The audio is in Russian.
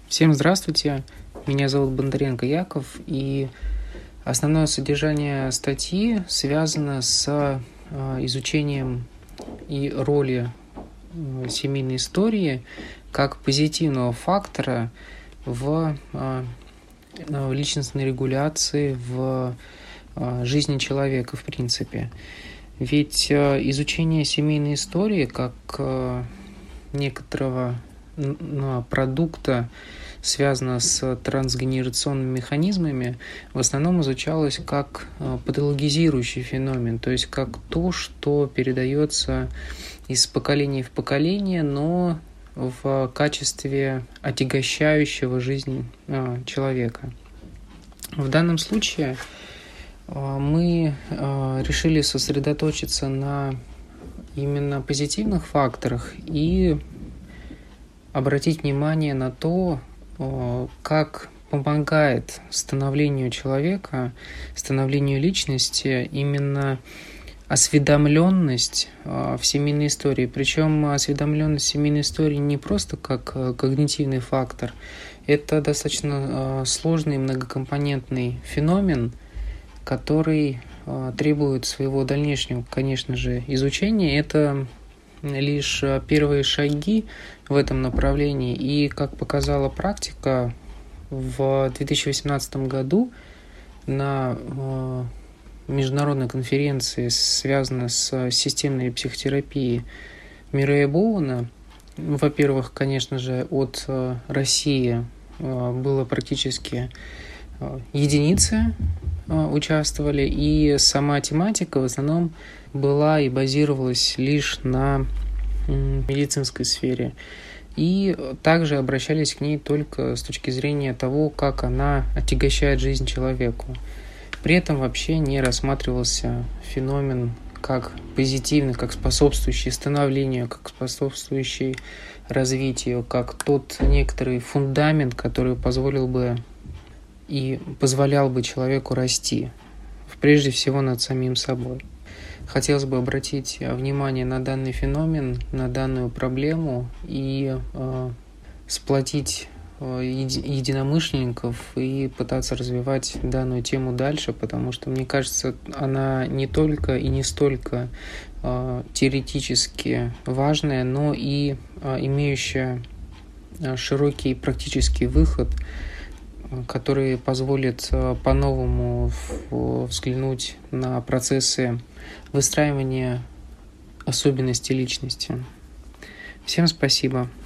Всем здравствуйте, меня зовут Бондаренко Яков, и основное содержание статьи связано с изучением и роли семейной истории как позитивного фактора в личностной регуляции, в жизни человека в принципе. Ведь изучение семейной истории как некоторого продукта, связано с трансгенерационными механизмами, в основном изучалось как патологизирующий феномен, то есть как то, что передается из поколения в поколение, но в качестве отягощающего жизнь человека. В данном случае мы решили сосредоточиться на именно позитивных факторах и обратить внимание на то, как помогает становлению человека, становлению личности именно осведомленность в семейной истории. Причем осведомленность в семейной истории не просто как когнитивный фактор, это достаточно сложный многокомпонентный феномен, который требует своего дальнейшего, конечно же, изучения. Это лишь первые шаги в этом направлении. И, как показала практика, в 2018 году на международной конференции, связанной с системной психотерапией Мюррея Боуэна, во-первых, конечно же, от России было практически единицы участвовали, и сама тематика в основном была и базировалась лишь на медицинской сфере. И также обращались к ней только с точки зрения того, как она отягощает жизнь человеку. При этом вообще не рассматривался феномен как позитивный, как способствующий становлению, как способствующий развитию, как тот некоторый фундамент, который позволил бы и позволял бы человеку расти, прежде всего над самим собой. Хотелось бы обратить внимание на данный феномен, на данную проблему и сплотить единомышленников и пытаться развивать данную тему дальше, потому что, мне кажется, она не только и не столько теоретически важная, но и имеющая широкий практический выход, который позволит по-новому взглянуть на процессы выстраивания особенностей личности. Всем спасибо.